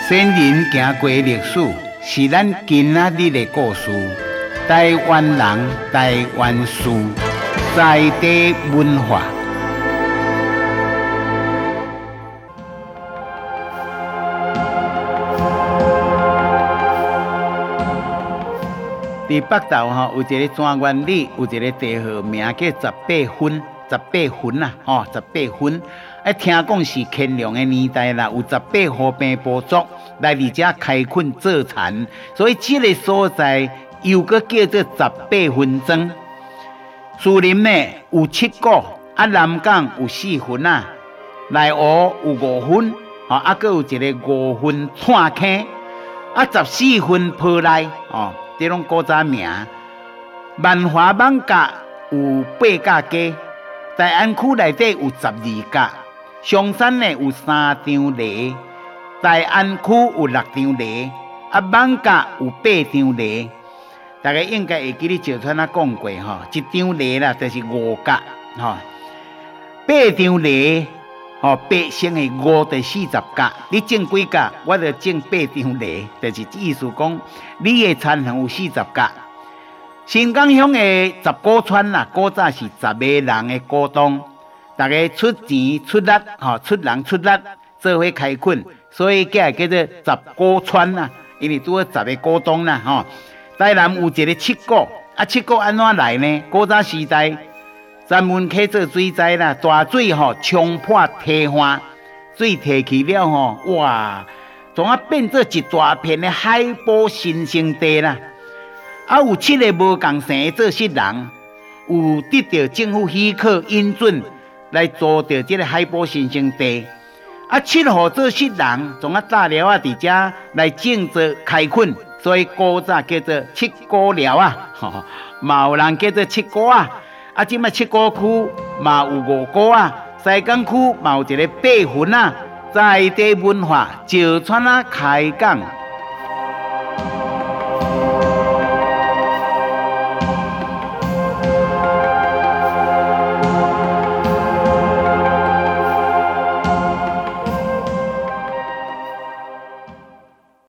先人行过历史，是咱今仔日的故事。台湾人、台湾事，在地文化。伫北投有一个专元里，有一个地号名叫18分啦，18分。听讲是乾隆的年代啦，有18户平部族来伫遮开垦造田，所以这个所在又个叫做18分庄。树林呢有7股，南港有4分啊，内湖有5分，还有一个5分炭坑，14分坡内这拢古早名。万华艋舺有8甲街，大安区内底有12甲。松山呢有3张犁，大安区有6张犁，艋舺有8张犁。大家应该会记得石川讲过一张犁啦，就是5甲8张犁8乘以5就40甲。你种几甲，我就种8张犁，就是意思讲你的田有40甲。新港乡的十股村啦，古早是10个人的股东。大家出钱出力，出人出力，做伙开垦，所以叫做10股村啦。因为拄10个股东啦，台南有一个7股，7股安怎来呢？古早时代，专门去做水灾啦，大水冲破堤岸，水提去了哇，总变做一大片的海波新生地啦。有7个无共姓做室人，有得到政府许可允准。来租到这个海波新生地，7户做室人，从大寮伫遮来种植开垦，所以古早叫做7股寮嘛有人叫做7股即摆7股区嘛有5股西港区嘛有一个8分在地文化石川开讲。